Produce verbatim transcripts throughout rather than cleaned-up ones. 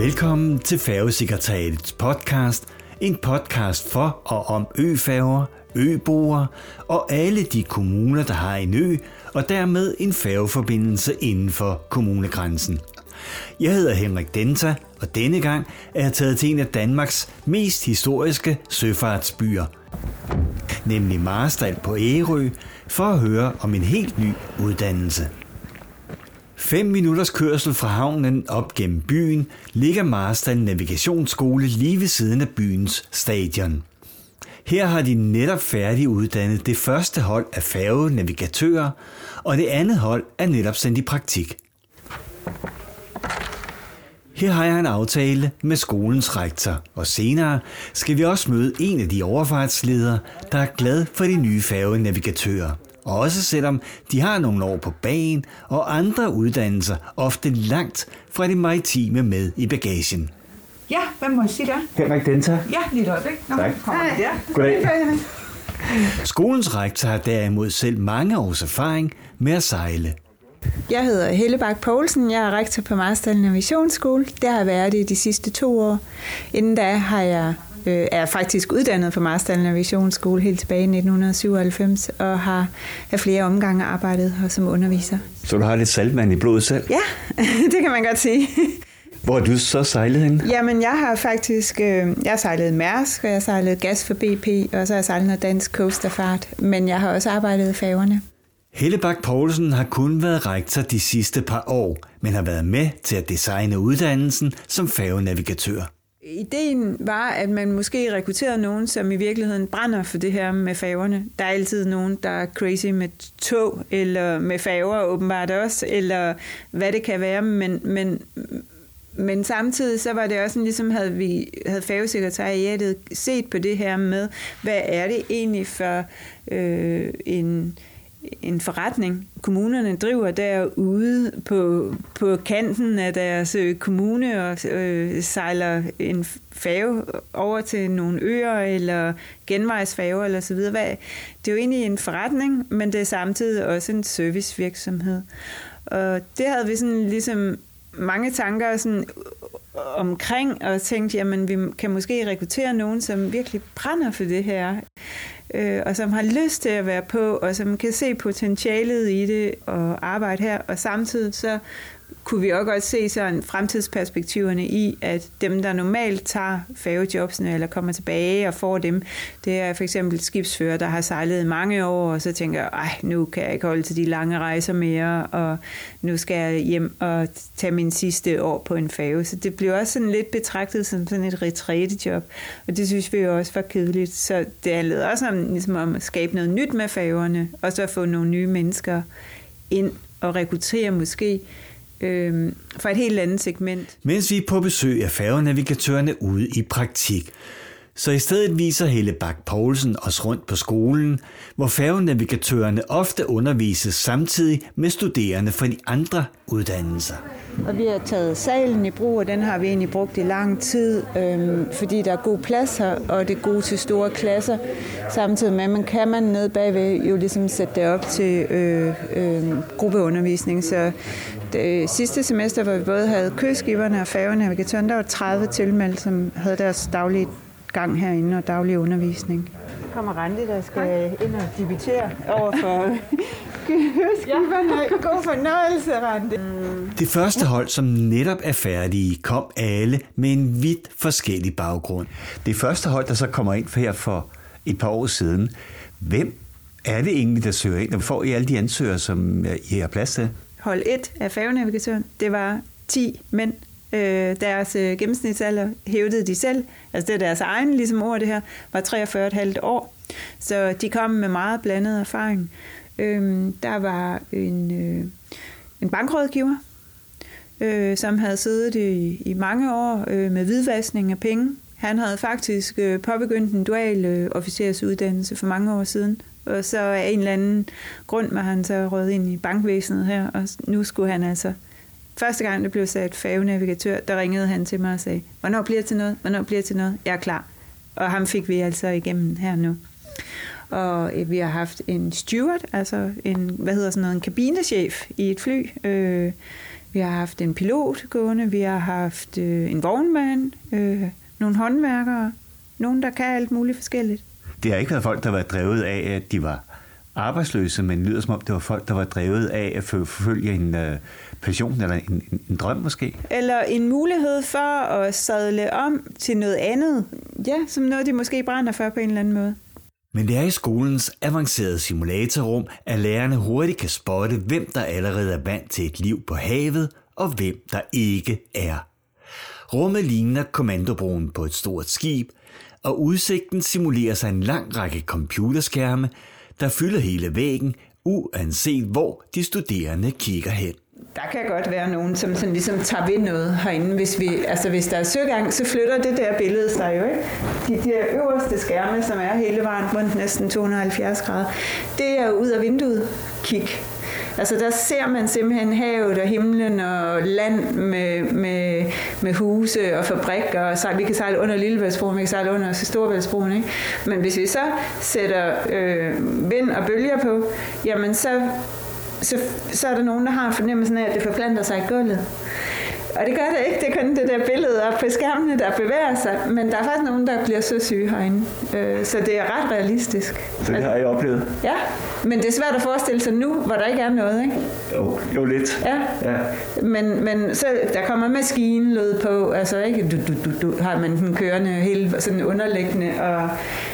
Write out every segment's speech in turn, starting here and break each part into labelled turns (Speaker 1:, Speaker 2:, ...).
Speaker 1: Velkommen til Færgesekretariatets podcast, en podcast for og om øfærger, øboere og alle de kommuner, der har en ø, og dermed en færgeforbindelse inden for kommunegrænsen. Jeg hedder Henrik Denta, og denne gang er jeg taget til en af Danmarks mest historiske søfartsbyer, nemlig Marstal på Ærø, for at høre om en helt ny uddannelse. Fem minutters kørsel fra havnen op gennem byen ligger Marstal Navigationsskole lige ved siden af byens stadion. Her har de netop færdiguddannet det første hold af færgenavigatører, og det andet hold er netop sendt i praktik. Her har jeg en aftale med skolens rektor, og senere skal vi også møde en af de overfartsledere, der er glad for de nye færgenavigatører. Også selvom de har nogle år på bagen og andre uddannelser ofte langt fra det maritime med i bagagen.
Speaker 2: Ja, hvem må jeg sige der?
Speaker 1: Henrik Denta.
Speaker 2: Ja, lige et øjeblik. Nå,
Speaker 1: tak.
Speaker 2: Kommer der.
Speaker 1: Goddag. Skolens rektor har derimod selv mange års erfaring med at sejle.
Speaker 3: Jeg hedder Helle Bak Poulsen. Jeg er rektor på Marstal Navigationsskole. Det har jeg været i de sidste to år. Inden da har jeg øh, er faktisk uddannet på Marstal Navigationsskole helt tilbage i nitten syvoghalvfems og har af flere omgange arbejdet her som underviser.
Speaker 1: Så du har lidt saltvand i blodet selv?
Speaker 3: Ja, det kan man godt sige.
Speaker 1: Hvor er du så sejlet hen?
Speaker 3: Jamen, jeg har faktisk øh, jeg har sejlet Mærsk, og jeg har sejlet gas for B P, og så har jeg sejlet noget dansk coasterfart. Men jeg har også arbejdet i færgerne.
Speaker 1: Helle Bak Poulsen har kun været rektor de sidste par år, men har været med til at designe uddannelsen som færgenavigatør.
Speaker 3: Ideen var, at man måske rekrutterede nogen, som i virkeligheden brænder for det her med færgerne. Der er altid nogen, der er crazy med tog, eller med færger åbenbart også, eller hvad det kan være, men... men Men samtidig så var det også sådan, ligesom havde vi havde færgesekretariatet set på det her med, hvad er det egentlig for øh, en, en forretning, kommunerne driver derude på, på kanten af deres kommune og øh, sejler en færge over til nogle øer eller genvejsfærger eller så videre. Det er jo egentlig en forretning, men det er samtidig også en servicevirksomhed. Og det havde vi sådan ligesom mange tanker sådan omkring, og tænkte, jamen vi kan måske rekruttere nogen, som virkelig brænder for det her, øh, og som har lyst til at være på, og som kan se potentialet i det og arbejde her, og samtidig så kunne vi også godt se sådan fremtidsperspektiverne i, at dem, der normalt tager færgejobsene eller kommer tilbage og får dem, det er for eksempel skibsfører, der har sejlet i mange år, og så tænker, ej, nu kan jeg ikke holde til de lange rejser mere, og nu skal jeg hjem og tage min sidste år på en færge. Så det blev også sådan lidt betragtet som sådan et retrætejob, og det synes vi jo også var kedeligt. Så det handlede også om, ligesom om at skabe noget nyt med færgerne, og så få nogle nye mennesker ind og rekruttere måske for et helt andet segment.
Speaker 1: Mens vi er på besøg af færgenavigatørerne ude i praktik, så i stedet viser Helle Bak Poulsen os rundt på skolen, hvor færgenavigatørerne ofte undervises samtidig med studerende fra de andre uddannelser.
Speaker 3: Og vi har taget salen i brug, og den har vi egentlig brugt i lang tid, øhm, fordi der er god plads her, og det er gode til store klasser. Samtidig med, man kan man nede bagved jo ligesom sætte det op til øh, øh, gruppeundervisning. Så det, sidste semester, hvor vi både havde køskiberne og færgenavigatøren, der var tredive tilmeldt, som havde deres daglige gang herinde og daglig undervisning. Så kommer Randi, der skal ind og debutere over for køskiberne. God fornøjelse, Randi.
Speaker 1: Det første hold, som netop er færdige, kom alle med en vidt forskellig baggrund. Det første hold, der så kommer ind her for et par år siden, hvem er det egentlig, der søger ind? Og får I alle de ansøgere, som I har plads til?
Speaker 3: Hold et af færgenavigatøren, det var ti mænd. Øh, deres øh, gennemsnitsalder hævdede de selv, altså det er deres egen ligesom ord det her, var treogfyrre komma fem år. Så de kom med meget blandet erfaring. Øh, der var en, øh, en bankrådgiver, øh, som havde siddet i, i mange år øh, med hvidvaskning af penge. Han havde faktisk øh, påbegyndt en dual øh, officersuddannelse for mange år siden, og så af en eller anden grund var han så røget ind i bankvæsenet her, og nu skulle han altså første gang, det blev sat færgenavigatør, der ringede han til mig og sagde, hvornår bliver det til noget? Hvornår bliver det til noget? Jeg er klar. Og ham fik vi altså igennem her nu. Og vi har haft en steward, altså en, hvad hedder sådan noget, en kabinechef i et fly, øh, Vi har haft en pilot gående, vi har haft øh, en vognmand, øh, nogle håndværkere, nogen, der kan alt muligt forskelligt.
Speaker 1: Det har ikke været folk, der var drevet af, at de var arbejdsløse, men det lyder som om, det var folk, der var drevet af at forfølge en øh, passion eller en, en, en drøm måske.
Speaker 3: Eller en mulighed for at sadle om til noget andet. Ja, som noget, de måske brænder for på en eller anden måde.
Speaker 1: Men det er i skolens avancerede simulatorrum, at lærerne hurtigt kan spotte, hvem der allerede er vant til et liv på havet, og hvem der ikke er. Rummet ligner kommandobroen på et stort skib, og udsigten simulerer sig en lang række computerskærme, der fylder hele væggen, uanset hvor de studerende kigger hen.
Speaker 3: Der kan godt være nogen, som sådan ligesom tager ved noget herinde. Hvis, vi, altså hvis der er søgang, så flytter det der billede sig jo, ikke? De der øverste skærme, som er hele vejen rundt næsten to hundrede og halvfjerds grader, det er jo ud af vinduet. Kig. Altså der ser man simpelthen havet og himlen og land med, med, med huse og fabrikker. Og sejl, vi kan sejle under Lillebæltsbroen, vi kan sejle under Storebæltsbroen, ikke? Men hvis vi så sætter øh, vind og bølger på, jamen så... Så, så er der nogen, der har fornemmelsen af, at det forplanter sig i gulvet. Og det gør det ikke. Det er kun det der billede op på skærmene, der bevæger sig. Men der er faktisk nogen, der bliver så syge herinde. Så det er ret realistisk.
Speaker 1: Så det har jeg oplevet?
Speaker 3: Ja, men det er svært at forestille sig nu, hvor der ikke er noget, ikke?
Speaker 1: Jo, jo lidt.
Speaker 3: Ja, ja. Men, men så der kommer maskinlyd på, altså ikke, du, du, du, du, har man den kørende hele sådan underliggende, og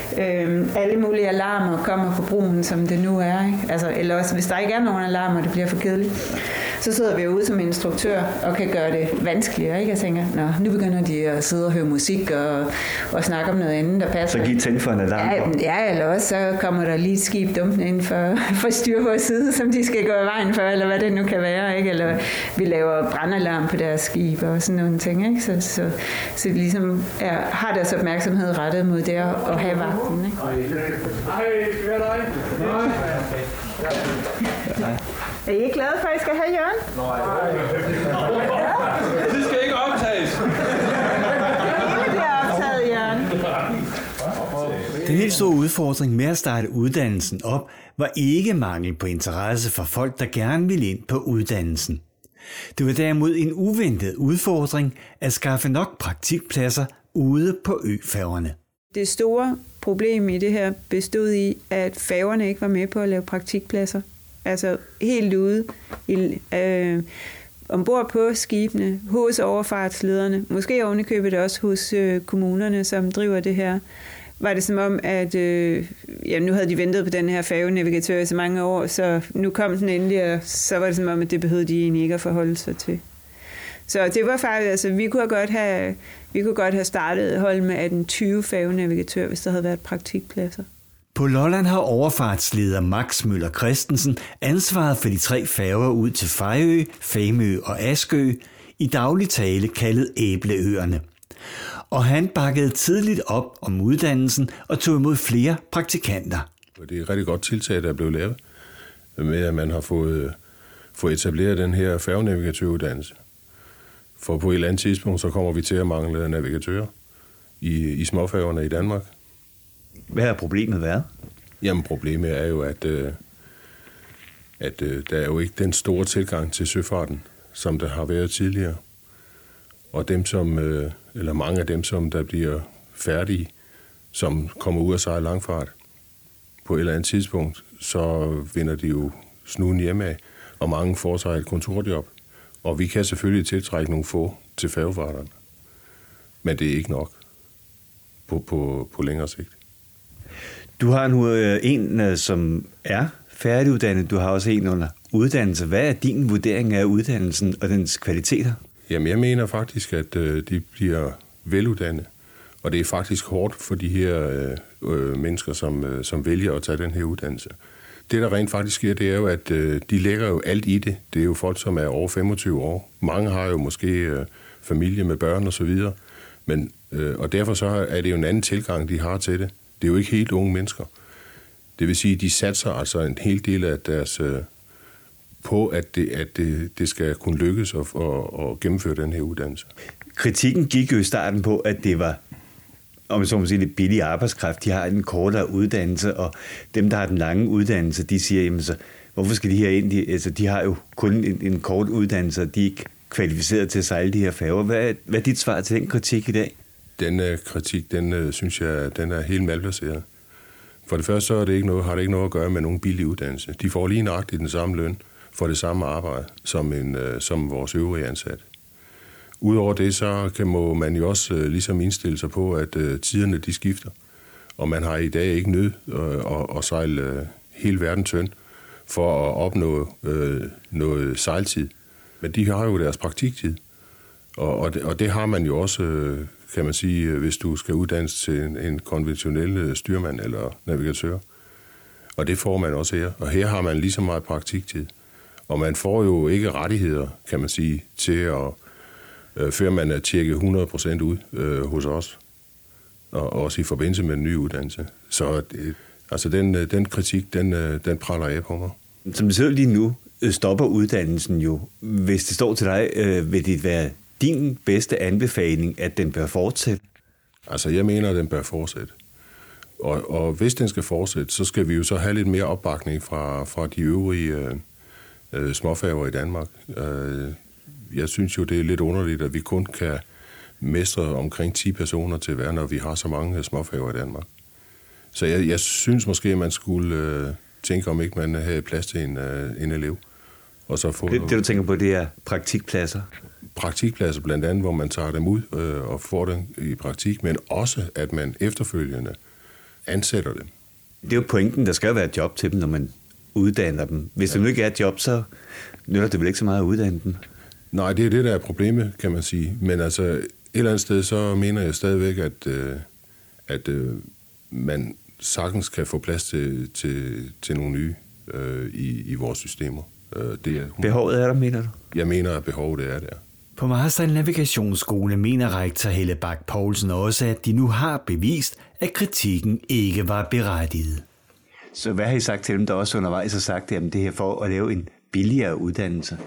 Speaker 3: øhm, alle mulige alarmer kommer på broen, som det nu er, ikke? Altså, eller også, hvis der ikke er nogen alarmer, det bliver for kedeligt. Så sidder vi jo ude som instruktør og kan gøre det vanskeligere, ikke? Jeg tænker, nå, nu begynder de at sidde og høre musik og, og snakke om noget andet, der passer.
Speaker 1: Så giv tænd for en alarm.
Speaker 3: Ja, ja, eller også så kommer der lige et skib dumpende ind for, for styr på side, som de skal gå i vejen for, eller hvad det nu kan være, ikke? Eller vi laver brandalarm på deres skib og sådan nogle ting, ikke? Så, så, så det ligesom er, har deres opmærksomhed rettet mod det at have vagten, ikke? Er I ikke glade for, at I skal have Jørgen?
Speaker 4: Nej. Det skal ikke optages.
Speaker 3: Det bliver optaget, Jørgen.
Speaker 1: Den helt store udfordring med at starte uddannelsen op var ikke mangel på interesse for folk, der gerne ville ind på uddannelsen. Det var derimod en uventet udfordring at skaffe nok praktikpladser ude på øfærgerne.
Speaker 3: Det store problem i det her bestod i, at færgerne ikke var med på at lave praktikpladser. Altså helt ude i, øh, ombord på skibene, hos overfartslederne, måske ovenikøbet også hos øh, kommunerne, som driver det her, var det som om, at øh, ja, nu havde de ventet på den her færgenavigatør i så mange år, så nu kom den endelig, og så var det som om, at det behøvede de egentlig ikke at forholde sig til. Så det var faktisk, altså vi kunne godt have, vi kunne godt have startet et hold med atten tyve færgenavigatør, hvis der havde været praktikpladser.
Speaker 1: På Lolland har overfartsleder Max Møller Christensen ansvaret for de tre færger ud til Fejø, Femø og Askø, i daglig tale kaldet Æbleøerne. Og han bakkede tidligt op om uddannelsen og tog imod flere praktikanter.
Speaker 4: Det er et rigtig godt tiltag, der er blevet lavet, med at man har fået, fået etableret den her færgenavigatøruddannelse. For på et eller andet tidspunkt, så kommer vi til at mangle navigatører i, i småfærgerne i Danmark.
Speaker 1: Hvad har problemet været?
Speaker 4: Jamen problemet er jo, at, øh, at øh, der er jo ikke den store tilgang til søfarten, som der har været tidligere. Og dem som, øh, eller mange af dem, som der bliver færdige, som kommer ud af sejle langfart, på et eller andet tidspunkt, så vinder de jo snuden hjemme af, og mange får sig et kontorjob. Og vi kan selvfølgelig tiltrække nogle få til færgefarterne. Men det er ikke nok på, på, på længere sigt.
Speaker 1: Du har nu en, som er færdiguddannet. Du har også en under uddannelse. Hvad er din vurdering af uddannelsen og dens kvaliteter?
Speaker 4: Jamen, jeg mener faktisk, at de bliver veluddannet. Og det er faktisk hårdt for de her øh, mennesker, som, som vælger at tage den her uddannelse. Det, der rent faktisk sker, det er jo, at øh, de lægger jo alt i det. Det er jo folk, som er over femogtyve år. Mange har jo måske øh, familie med børn og så videre. Men, øh, og derfor så er det jo en anden tilgang, de har til det. Det er jo ikke helt unge mennesker. Det vil sige, at de satser altså en hel del af deres øh, på, at, det, at det, det skal kunne lykkes at, at, at gennemføre den her uddannelse.
Speaker 1: Kritikken gik jo i starten på, at det var, om så må sige, lidt billig arbejdskraft. De har en kortere uddannelse, og dem, der har den lange uddannelse, de siger, jamen så, hvorfor skal de her ind? De, altså, de har jo kun en, en kort uddannelse, og de ikke kvalificeret til at sejle de her færger. Hvad er, hvad er dit svar til den kritik i dag?
Speaker 4: Den uh, kritik, den uh, synes jeg, den er helt malplaceret. For det første så er det ikke noget, har det ikke noget at gøre med nogen billig uddannelse. De får lige nøjagtigt den samme løn for det samme arbejde som, en, uh, som vores øvrige ansat. Udover det, så kan, må man jo også uh, ligesom indstille sig på, at uh, tiderne de skifter. Og man har i dag ikke nød uh, at, at sejle uh, hele verden tynd for at opnå uh, noget sejltid. Men de har jo deres praktiktid. Og, og, det, og det har man jo også, uh, kan man sige, hvis du skal uddannes til en, en konventionel styrmand eller navigatør. Og det får man også her. Og her har man lige så meget praktiktid. Og man får jo ikke rettigheder, kan man sige, til at, øh, før man er tjekket hundrede procent ud øh, hos os. Og også i forbindelse med en ny uddannelse. Så det, altså den, den kritik, den, den praller af på mig.
Speaker 1: Som det ser lige nu, stopper uddannelsen jo. Hvis det står til dig, øh, vil det være din bedste anbefaling, at den bør fortsætte?
Speaker 4: Altså, jeg mener, at den bør fortsætte. Og, og hvis den skal fortsætte, så skal vi jo så have lidt mere opbakning fra, fra de øvrige øh, øh, småfærger i Danmark. Øh, jeg synes jo, det er lidt underligt, at vi kun kan mestre omkring ti personer til hver, når vi har så mange småfærger i Danmark. Så jeg, jeg synes måske, at man skulle øh, tænke, om ikke man havde plads til en, øh, en elev. Og så få
Speaker 1: det, det, du tænker på, det er praktikpladser?
Speaker 4: Praktikpladser blandt andet, hvor man tager dem ud øh, og får dem i praktik, men også, at man efterfølgende ansætter dem.
Speaker 1: Det er jo pointen, der skal være et job til dem, når man uddanner dem. Hvis ja. der nu ikke er et job, så nytter det vel ikke så meget at uddanne dem?
Speaker 4: Nej, det er det, der er problemet, kan man sige. Men altså, et eller andet sted, så mener jeg stadigvæk, at, øh, at øh, man sagtens kan få plads til, til, til nogle nye øh, i, i vores systemer. Øh, det er,
Speaker 1: behovet er der, mener du?
Speaker 4: Jeg mener, at behovet er der.
Speaker 1: På Marstal Navigationsskole mener rektor Helle Bak Poulsen også, at de nu har bevist, at kritikken ikke var berettiget. Så hvad har I sagt til dem, der også undervejs har sagt, at det her for at lave en billigere uddannelse?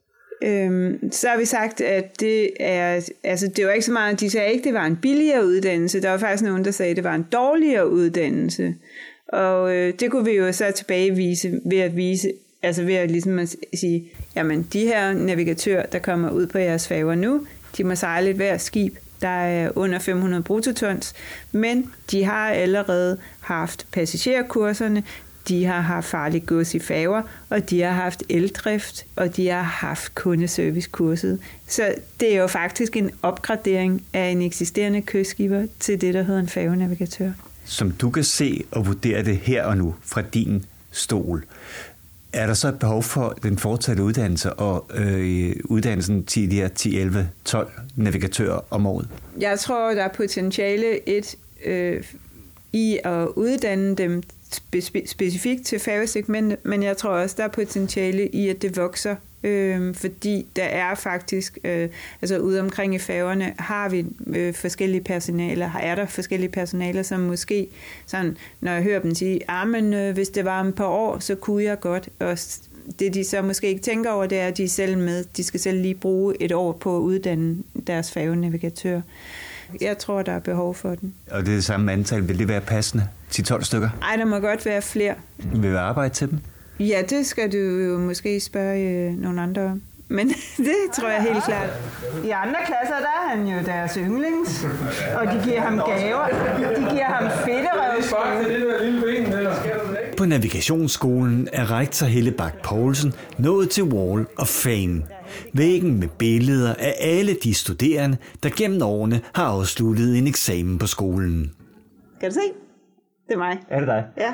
Speaker 3: Øhm, så har vi sagt, at det er, altså det var ikke så meget, de sagde ikke, det var en billigere uddannelse. Der var faktisk nogen, der sagde, at det var en dårligere uddannelse. Og øh, det kunne vi jo så tilbagevise ved at vise, altså ved at ligesom at sige, jamen de her navigatører, der kommer ud på jeres færger nu, de må sejle et hver skib, der er under fem hundrede bruttotons, men de har allerede haft passagerkurserne, de har haft farlig gods i færger, og de har haft eldrift, og de har haft kundeservicekurset. Så det er jo faktisk en opgradering af en eksisterende kystskipper til det, der hedder en færgenavigatør.
Speaker 1: Som du kan se og vurdere det her og nu fra din stol, er der så et behov for den fortsatte uddannelse og øh, uddannelsen til de her ti, elleve, tolv navigatører om året? Jeg
Speaker 3: tror, der er potentiale et øh, i at uddanne dem spe- specifikt til færgesegmentet, men jeg tror også, der er potentiale i, at det vokser, øh, fordi der er faktisk, øh, altså ude omkring i færgerne, har vi øh, forskellige personaler, er der forskellige personaler, som måske, sådan, når jeg hører dem sige, ah, men øh, hvis det var et par år, så kunne jeg godt, og det de så måske ikke tænker over, det er, at de er selv med, de skal selv lige bruge et år på at uddanne deres færgenavigatør. Jeg tror, der er behov for den. Og det er det samme antal. Vil det være passende? ti tolv stykker? Nej, der må godt være flere. Vil vi arbejde til dem? Ja, det skal du jo måske spørge øh, nogle andre om. Men det tror jeg helt klart. I andre klasser, der er han jo deres yndlings. Og de giver ham gaver. De giver ham fedterevsgave. På Navigationsskolen er rektor Helle Bak Poulsen nået til Wall of Fame. Væggen med billeder af alle de studerende, der gennem årene har afsluttet en eksamen på skolen. Kan du se? Det er mig. Er det dig? Ja.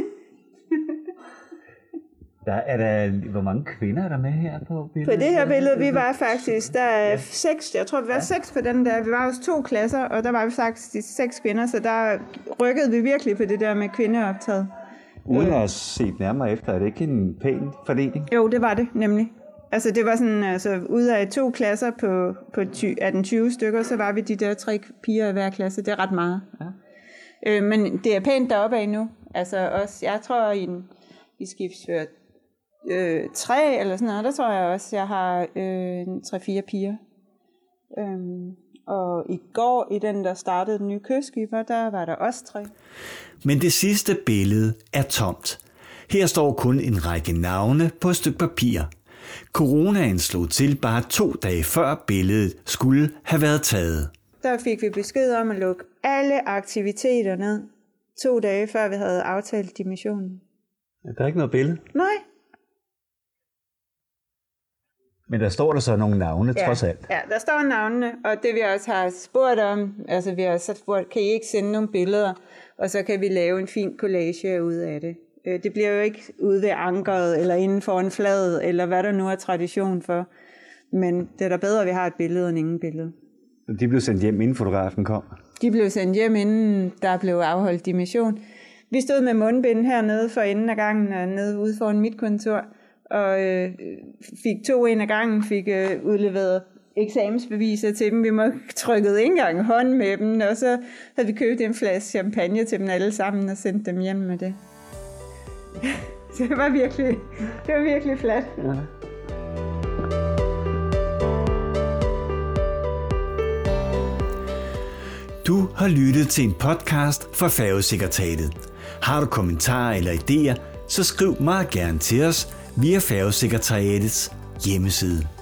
Speaker 3: Der er der, hvor mange kvinder er der med her på billedet? På det her billede, vi var faktisk, der er seks, jeg tror vi var ja. seks på den der, vi var også to klasser, og der var vi faktisk seks kvinder, så der rykkede vi virkelig på det der med kvindeoptaget. Uden at have set nærmere efter, er det ikke en pæn fordeling? Jo, det var det nemlig. Altså det var sådan, altså ud af to klasser på, på atten tyve stykker, så var vi de der tre piger i hver klasse, det er ret meget. Ja. Øh, men det er pænt deroppe af nu, altså også, jeg tror i, en, i skibsført Øh, tre eller sådan noget, der tror jeg også, jeg har øh, tre-fire piger. Øhm, og i går, i den der startede den nye kystskipper, der var der også tre. Men det sidste billede er tomt. Her står kun en række navne på et stykke papir.
Speaker 1: Coronaen slog til bare to dage før billedet skulle have været taget.
Speaker 3: Der fik vi besked om at lukke alle aktiviteter ned, to dage før vi havde aftalt dimissionen.
Speaker 5: Der er ikke noget billede?
Speaker 3: Nej.
Speaker 5: Men der står der så nogle navne,
Speaker 3: ja,
Speaker 5: trods alt.
Speaker 3: Ja, der står navnene, og det vi også har spurgt om, altså vi har så spurgt, kan I ikke sende nogle billeder, og så kan vi lave en fin collage ud af det. Det bliver jo ikke ude ved ankeret, eller inden for en flad, eller hvad der nu er tradition for. Men det er da bedre, at vi har et billede end ingen billede.
Speaker 5: De blev sendt hjem, inden fotografen kom?
Speaker 3: De blev sendt hjem, inden der blev afholdt dimission. Vi stod med mundbind hernede for enden af gangen, og nede ude foran mit kontor, og øh, fik to en af gangen, fik øh, udleveret eksamensbeviser til dem. Vi må trykkede ikke engang hånd med dem, og så havde vi købt en flaske champagne til dem alle sammen og sendt dem hjem med det. Så det var virkelig, det var virkelig flat. Ja.
Speaker 1: Du har lyttet til en podcast fra Færgesekretariatet. Har du kommentarer eller idéer, så skriv meget gerne til os via Færgesekretariatets hjemmeside.